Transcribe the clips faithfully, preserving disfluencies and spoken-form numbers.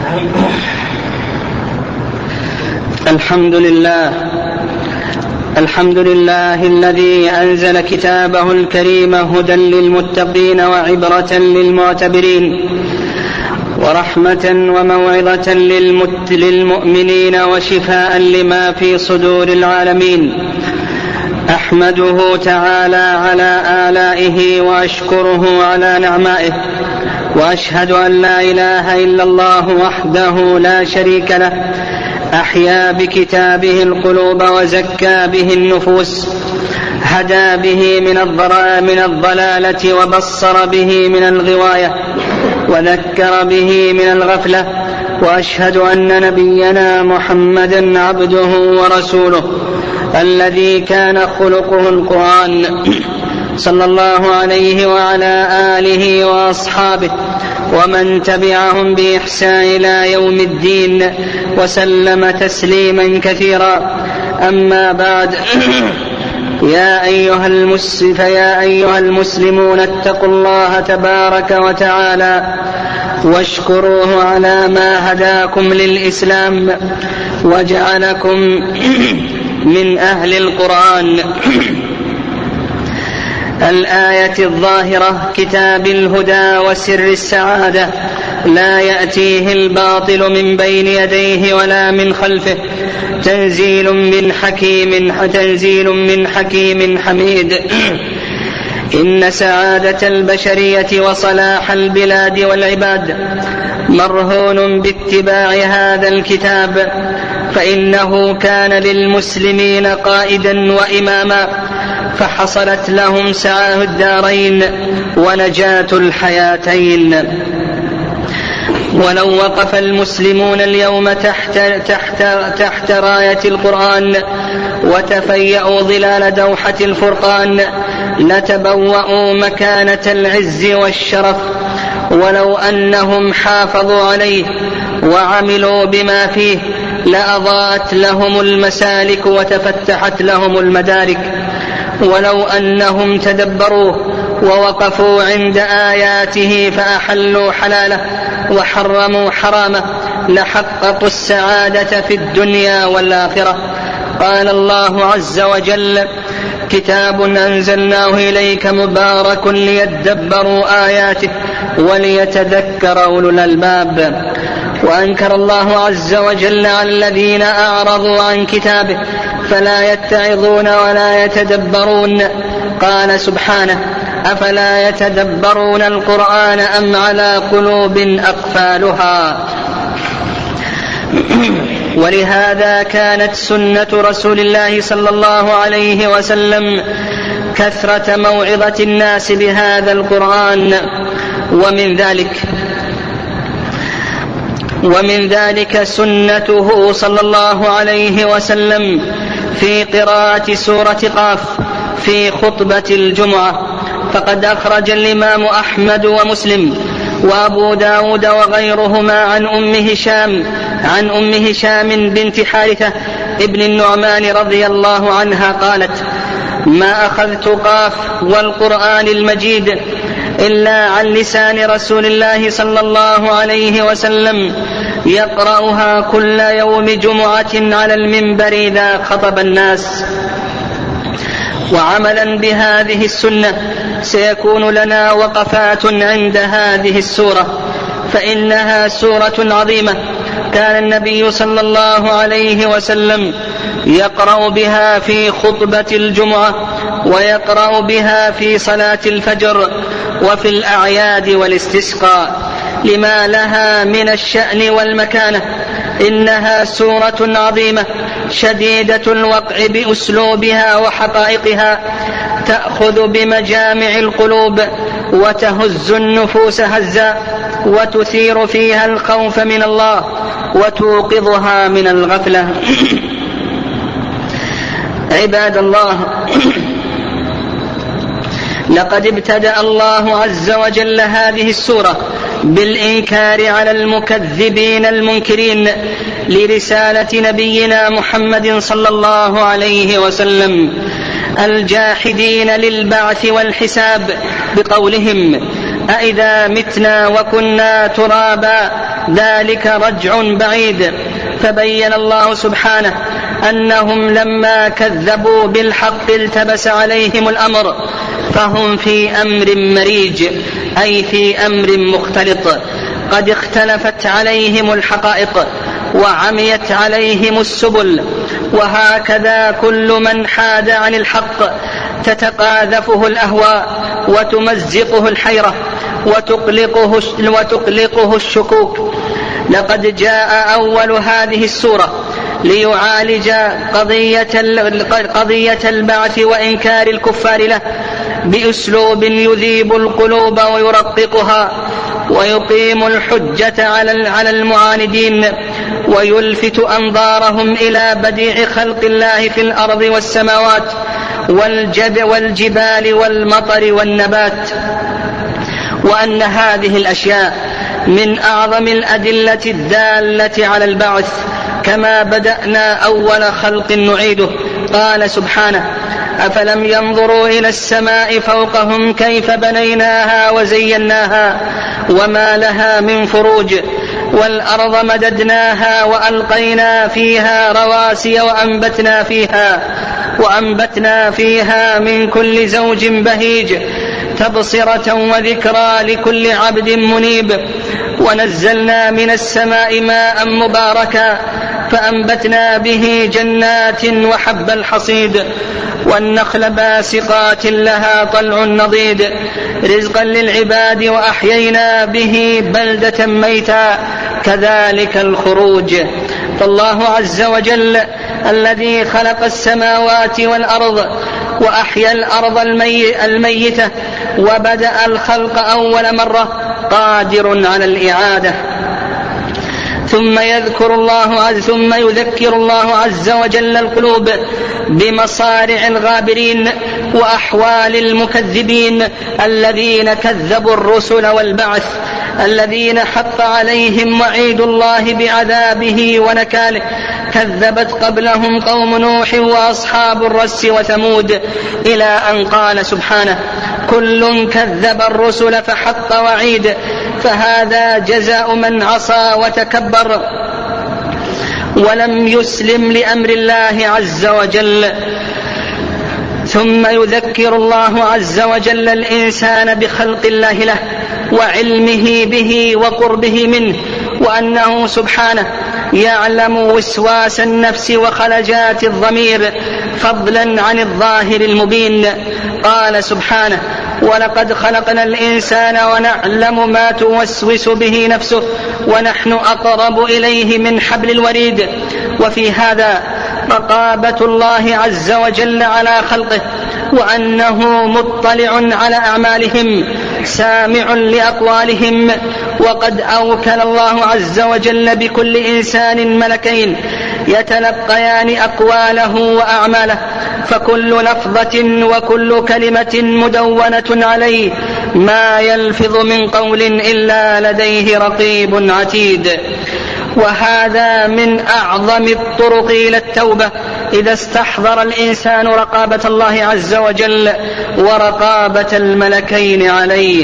الحمد لله الحمد لله الذي أنزل كتابه الكريم هدى للمتقين وعبرة للمعتبرين ورحمة وموعظة للمؤمنين وشفاء لما في صدور العالمين. أحمده تعالى على آلائه وأشكره على نعمائه، وأشهد أن لا إله إلا الله وحده لا شريك له، أحيا بكتابه القلوب وزكى به النفوس، هدى به من الضلالة وبصر به من الغواية وذكر به من الغفلة. وأشهد أن نبينا محمدا عبده ورسوله الذي كان خلقه القرآن، صلى الله عليه وعلى آله وأصحابه ومن تبعهم بإحسان إلى يوم الدين وسلم تسليما كثيرا. أما بعد، يا أيها المسلم فيا أيها المسلمون اتقوا الله تبارك وتعالى واشكروه على ما هداكم للإسلام وجعلكم من أهل القرآن. الآية الظاهرة: كتاب الهدى وسر السعادة، لا يأتيه الباطل من بين يديه ولا من خلفه، تنزيل من حكيم تنزيل من حكيم حميد. إن سعادة البشرية وصلاح البلاد والعباد مرهون باتباع هذا الكتاب، فإنه كان للمسلمين قائدا وإماما، فحصلت لهم سعادة الدارين ونجاة الحياتين. ولو وقف المسلمون اليوم تحت, تحت, تحت راية القرآن وتفيأوا ظلال دوحة الفرقان لتبوأوا مكانة العز والشرف. ولو أنهم حافظوا عليه وعملوا بما فيه لأضاءت لهم المسالك وتفتحت لهم المدارك. ولو أنهم تدبروه ووقفوا عند آياته فأحلوا حلاله وحرموا حرامه لحققوا السعادة في الدنيا والآخرة. قال الله عز وجل: كتاب أنزلناه إليك مبارك ليدبروا آياته وليتذكر أولو الألباب. وأنكر الله عز وجل على الذين أعرضوا عن كتابه فلا يتعظون ولا يتدبرون. قال سبحانه: أفلا يتدبرون القرآن أم على قلوب أقفالها. ولهذا كانت سنة رسول الله صلى الله عليه وسلم كثرة موعظة الناس بهذا القرآن. ومن ذلك ومن ذلك سنته صلى الله عليه وسلم في قراءة سورة قاف في خطبة الجمعة. فقد أخرج الإمام أحمد ومسلم وأبو داود وغيرهما عن أم هشام عن أم هشام بنت حارثة ابن النعمان رضي الله عنها قالت: ما أخذت قاف والقرآن المجيد إلا عن لسان رسول الله صلى الله عليه وسلم يقرأها كل يوم جمعة على المنبر إذا خطب الناس. وعملا بهذه السنة سيكون لنا وقفات عند هذه السورة، فإنها سورة عظيمة كان النبي صلى الله عليه وسلم يقرأ بها في خطبة الجمعة ويقرأ بها في صلاة الفجر وفي الأعياد والاستسقاء لما لها من الشأن والمكانة. إنها سورة عظيمة شديدة الوقع بأسلوبها وحقائقها، تأخذ بمجامع القلوب وتهز النفوس هزا، وتثير فيها الخوف من الله وتوقظها من الغفلة. عباد الله، لقد ابتدأ الله عز وجل هذه السورة بالإنكار على المكذبين المنكرين لرسالة نبينا محمد صلى الله عليه وسلم الجاحدين للبعث والحساب بقولهم: أإذا متنا وكنا ترابا ذلك رجع بعيد. فبين الله سبحانه أنهم لما كذبوا بالحق التبس عليهم الأمر فهم في أمر مريج، أي في أمر مختلط، قد اختلفت عليهم الحقائق وعميت عليهم السبل. وهكذا كل من حاد عن الحق تتقاذفه الأهواء وتمزقه الحيرة وتقلقه, وتقلقه الشكوك. لقد جاء أول هذه السورة ليعالج قضية, قضية البعث وإنكار الكفار له بأسلوب يذيب القلوب ويرققها ويقيم الحجة على المعاندين ويلفت أنظارهم إلى بديع خلق الله في الأرض والسماوات والجبال والمطر والنبات، وأن هذه الأشياء من أعظم الأدلة الدالة على البعث. كما بدأنا أول خلق نعيده. قال سبحانه: أفلم ينظروا إلى السماء فوقهم كيف بنيناها وزيناها وما لها من فروج والأرض مددناها وألقينا فيها رواسي وأنبتنا فيها وأنبتنا فيها من كل زوج بهيج تبصرة وذكرى لكل عبد منيب. ونزلنا من السماء ماء مباركا فأنبتنا به جنات وحب الحصيد والنخل باسقات لها طلع نضيد رزقا للعباد وأحيينا به بلدة ميتا كذلك الخروج. فالله عز وجل الذي خلق السماوات والأرض وأحيا الأرض المي الميتة وبدأ الخلق أول مرة قادر على الإعادة. ثم يذكر الله عز ثم يذكر الله عز وجل القلوب بمصارع الغابرين وأحوال المكذبين الذين كذبوا الرسل والبعث، الذين حق عليهم وعيد الله بعذابه ونكاله. كذبت قبلهم قوم نوح وأصحاب الرس وثمود، إلى أن قال سبحانه: كل كذب الرسل فحق وعيد، فهذا جزاء من عصى وتكبر ولم يسلم لأمر الله عز وجل. ثم يذكر الله عز وجل الإنسان بخلق الله له وعلمه به وقربه منه، وأنه سبحانه يعلم وسواس النفس وخلجات الضمير فضلا عن الظاهر المبين. قال سبحانه: ولقد خلقنا الإنسان ونعلم ما توسوس به نفسه ونحن أقرب إليه من حبل الوريد. وفي هذا رقابة الله عز وجل على خلقه، وأنه مطلع على أعمالهم سامع لأقوالهم. وقد أوكل الله عز وجل بكل إنسان ملكين يتلقيان أقواله وأعماله، فكل لفظة وكل كلمة مدونة عليه، ما يلفظ من قول إلا لديه رقيب عتيد. وهذا من أعظم الطرق إلى التوبة إذا استحضر الإنسان رقابة الله عز وجل ورقابة الملكين عليه،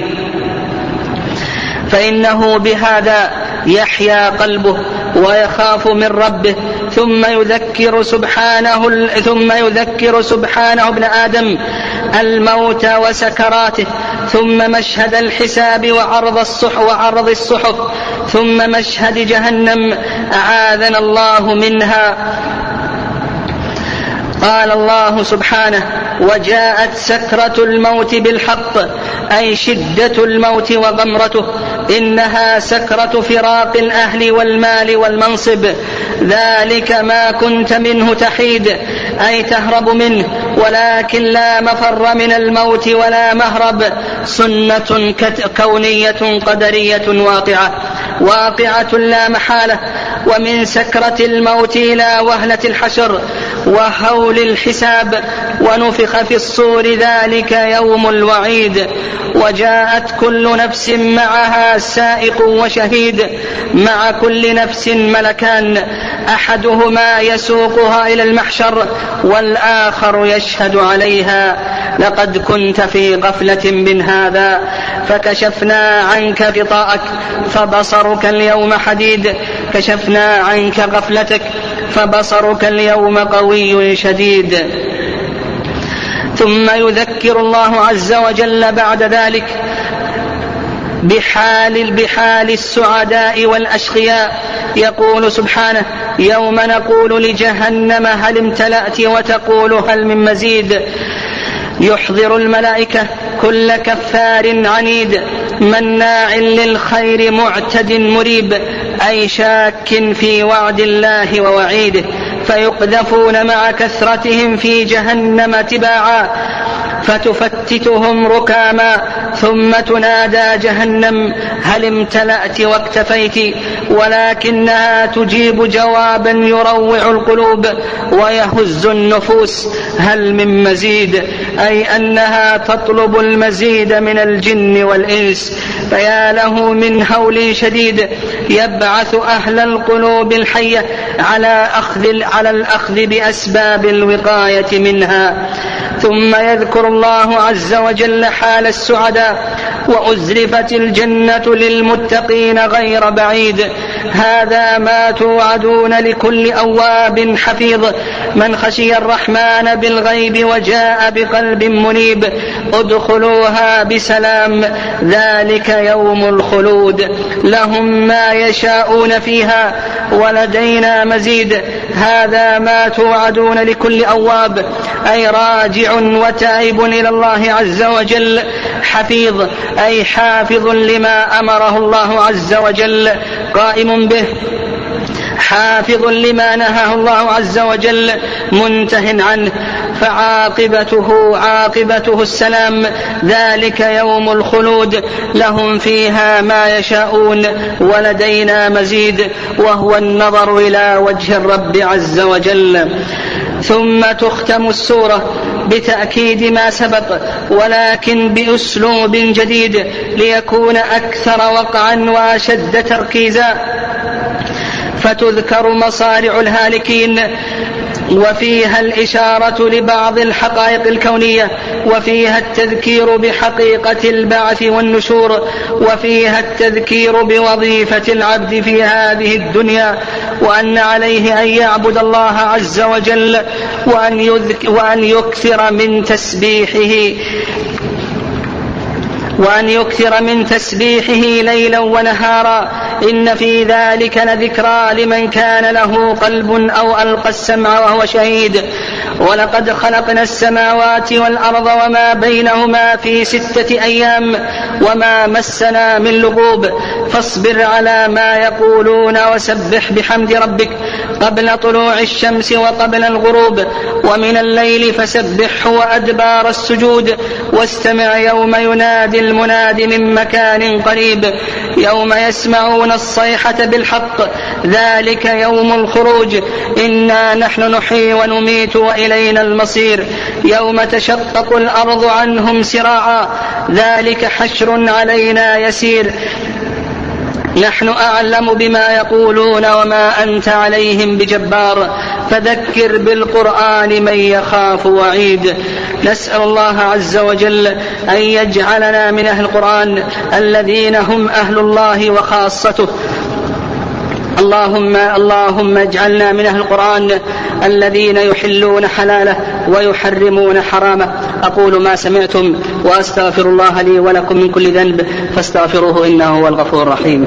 فإنه بهذا يحيا قلبه ويخاف من ربه. ثم يذكر سبحانه ثم يذكر سبحانه ابن آدم الموت وسكراته، ثم مشهد الحساب وعرض الصحف وعرض الصحف، ثم مشهد جهنم أعاذنا الله منها. قال الله سبحانه: وجاءت سكرة الموت بالحق، أي شدة الموت وغمرته، إنها سكرة فراق الأهل والمال والمنصب، ذلك ما كنت منه تحيد، أي تهرب منه، ولكن لا مفر من الموت ولا مهرب، سنة كونية قدرية واقعة واقعة لا محالة. ومن سكرة الموت إلى وهلة الحشر وهول الحساب، ونفخ في الصور، ذلك يوم الوعيد. وجاءت كل نفس معها سائق وشهيد، مع كل نفس ملكان، أحدهما يسوقها إلى المحشر والآخر يشهد عليها. لقد كنت في غفلة من هذا فكشفنا عنك غطاءك فبصرك اليوم حديد. كشفنا عنك غفلتك فبصرك اليوم قوي شديد. ثم يذكر الله عز وجل بعد ذلك بحال بحال السعداء والأشقياء، يقول سبحانه: يوم نقول لجهنم هل امتلأت وتقول هل من مزيد. يحضر الملائكة كل كفار عنيد مناع للخير معتد مريب، أي شاك في وعد الله ووعيده، فيقذفون مع كثرتهم في جهنم تباعا فتفتتهم ركاما، ثم تنادى جهنم هل امتلأت واكتفيت، ولكنها تجيب جوابا يروع القلوب ويهز النفوس: هل من مزيد، أي أنها تطلب المزيد من الجن والإنس. فيا له من هول شديد يبعث أهل القلوب الحية على أخذ على الأخذ بأسباب الوقاية منها. ثم يذكر الله عز وجل حال السعداء: وأزلفت الجنة للمتقين غير بعيد، هذا ما توعدون لكل أواب حفيظ، من خشي الرحمن بالغيب وجاء بقلب منيب، ادخلوها بسلام، ذلك يوم الخلود، لهم ما يشاءون فيها ولدينا مزيد. هذا ما توعدون لكل أواب، أي راجع وتائب إلى الله عز وجل، حفيظ أي حافظ لما أمره الله عز وجل قائم به، حافظ لما نهاه الله عز وجل منته عنه، فعاقبته عاقبته السلام، ذلك يوم الخلود، لهم فيها ما يشاءون ولدينا مزيد، وهو النظر إلى وجه الرب عز وجل. ثم تختم السورة بتأكيد ما سبق، ولكن بأسلوب جديد ليكون أكثر وقعا وأشد تركيزا، فتذكر مصارع الهالكين، وفيها الإشارة لبعض الحقائق الكونية، وفيها التذكير بحقيقة البعث والنشور، وفيها التذكير بوظيفة العبد في هذه الدنيا، وأن عليه أن يعبد الله عز وجل، وأن, يذك وأن يكثر من تسبيحه وأن يكثر من تسبيحه ليلا ونهارا، إن في ذلك لذكرى لمن كان له قلب أو ألقى السمع وهو شهيد. ولقد خلقنا السماوات والأرض وما بينهما في ستة أيام وما مسنا من لغوب، فاصبر على ما يقولون وسبح بحمد ربك قبل طلوع الشمس وقبل الغروب، ومن الليل فسبحه وأدبار السجود، واستمع يوم ينادي المناد من مكان قريب، يوم يسمعون الصيحة بالحق، ذلك يوم الخروج، إنا نحن نحيي ونميت وإلينا المصير، يوم تشقق الأرض عنهم سراعا، ذلك حشر علينا يسير، نحن أعلم بما يقولون وما أنت عليهم بجبار، فذكر بالقرآن من يخاف وعيد. نسأل الله عز وجل أن يجعلنا من أهل القرآن الذين هم أهل الله وخاصته. اللهم اللهم اجعلنا من أهل القرآن الذين يحلون حلاله ويحرمون حرامه. أقول ما سمعتم وأستغفر الله لي ولكم من كل ذنب فاستغفروه إنه هو الغفور الرحيم.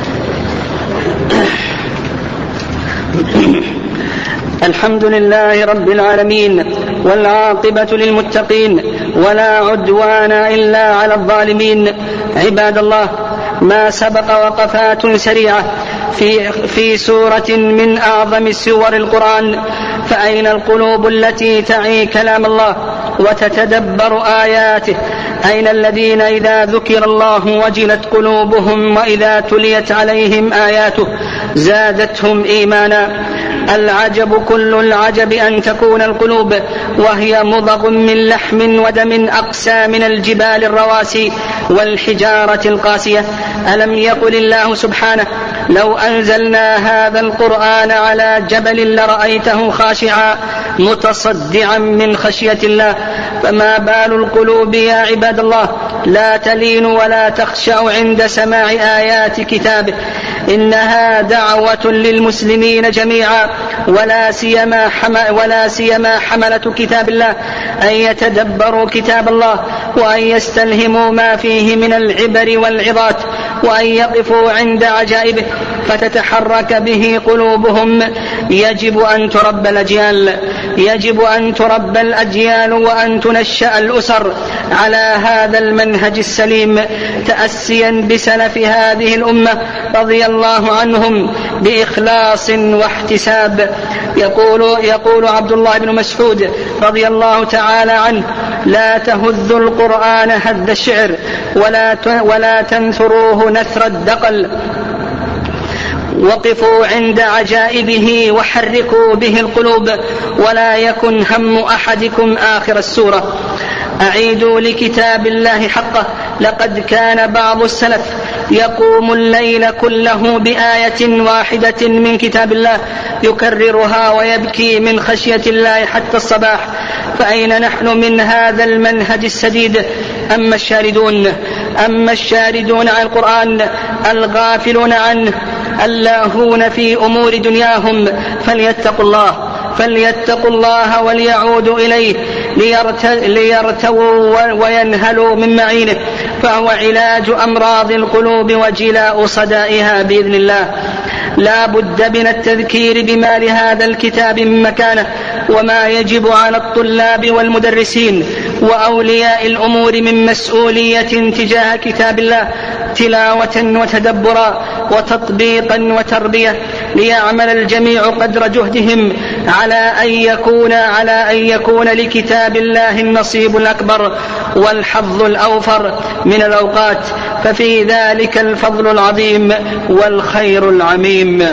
الحمد لله رب العالمين، والعاقبة للمتقين، ولا عدوان إلا على الظالمين. عباد الله، ما سبق وقفات سريعة في, في سورة من أعظم سور القرآن، فأين القلوب التي تعي كلام الله وتتدبر آياته؟ أين الذين إذا ذكر الله وجلت قلوبهم وإذا تليت عليهم آياته زادتهم إيمانا؟ العجب كل العجب أن تكون القلوب وهي مضغ من لحم ودم أقسى من الجبال الرواسي والحجارة القاسية. ألم يقل الله سبحانه لو أنزلنا هذا القرآن على جبل لرأيته خاشعا متصدعا من خشية الله. فما بال القلوب يا عباد الله لا تلين ولا تخشع عند سماع آيات كتابه. إنها دعوة للمسلمين جميعا ولا سيما ولا سيما حملة كتاب الله أن يتدبروا كتاب الله وأن يستلهموا ما فيه من العبر والعظات وأن يقفوا عند عجائبه فتتحرك به قلوبهم. يجب أن تربى الأجيال يجب أن تربى الأجيال وأن تنشأ الأسر على هذا المنهج السليم تأسيا بسلف هذه الأمة رضي الله عنهم بإخلاص واحتساب. يقول, يقول عبد الله بن مسعود رضي الله تعالى عنه لا تهذوا القرآن هذ الشعر ولا, ولا تنثروه نثر الدقل وقفوا عند عجائبه وحركوا به القلوب ولا يكن هم أحدكم آخر السورة. أعيدوا لكتاب الله حقه. لقد كان بعض السلف يقوم الليل كله بآية واحدة من كتاب الله يكررها ويبكي من خشية الله حتى الصباح. فأين نحن من هذا المنهج السديد؟ أما الشاردون أما الشاردون عن القرآن الغافلون عنه اللاهون في أمور دنياهم فليتقوا الله فليتقوا الله وليعودوا إليه ليرتووا وينهلوا من معينه فهو علاج أمراض القلوب وجلاء صدائها بإذن الله. لا بد من التذكير بما لهذا الكتاب من مكانه وما يجب على الطلاب والمدرسين وأولياء الأمور من مسؤولية تجاه كتاب الله تلاوة وتدبرا وتطبيقا وتربية ليعمل الجميع قدر جهدهم على أن يكون على أن يكون لكتاب الله النصيب الأكبر والحظ الأوفر من الأوقات ففي ذلك الفضل العظيم والخير العميم.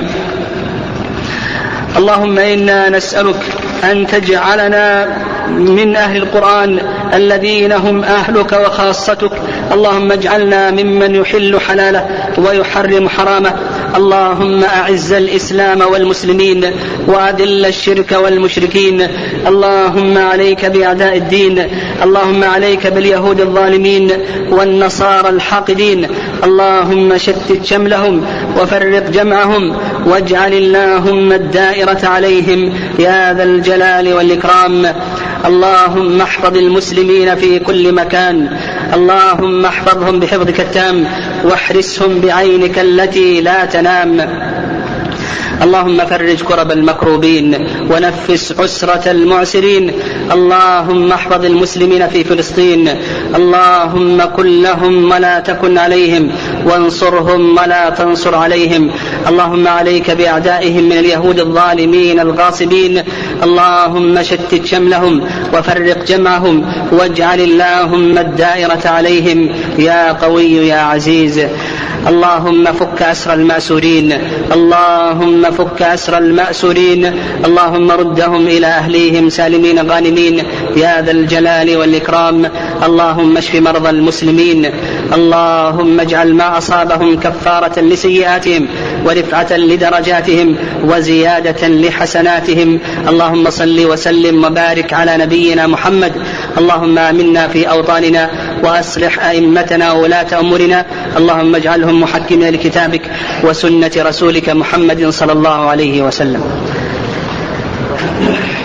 اللهم إنا نسألك أن تجعلنا من أهل القرآن الذين هم أهلك وخاصتك. اللهم اجعلنا ممن يحل حلاله ويحرم حرامه. اللهم أعز الإسلام والمسلمين وأذل الشرك والمشركين. اللهم عليك بأعداء الدين. اللهم عليك باليهود الظالمين والنصارى الحاقدين. اللهم شتت شملهم وفرق جمعهم واجعل اللهم الدائرة عليهم يا ذا الجلال والإكرام. اللهم احفظ المسلمين في كل مكان. اللهم احفظهم بحفظك التام واحرسهم بعينك التي لا تنام. اللهم فرج كرب المكروبين ونفس عسرة المعسرين. اللهم احفظ المسلمين في فلسطين. اللهم كن لهم ولا تكن عليهم وانصرهم ولا تنصر عليهم. اللهم عليك بأعدائهم من اليهود الظالمين الغاصبين. اللهم شتت شملهم وفرق جمعهم واجعل اللهم الدائرة عليهم يا قوي يا عزيز. اللهم فك أسر المأسورين. اللهم فك أسر المأسورين. اللهم ردهم إلى أهليهم سالمين غانمين يا ذا الجلال والإكرام. اللهم اشف مرضى المسلمين. اللهم اجعل ما أصابهم كفارة لسيئاتهم ورفعة لدرجاتهم وزيادة لحسناتهم. اللهم صل وسلم وبارك على نبينا محمد. اللهم آمنا في أوطاننا وأصلح أئمتنا وولاة أمورنا. اللهم اجعلهم محكمين لكتابك وسنة رسولك محمد صلى الله عليه وسلم.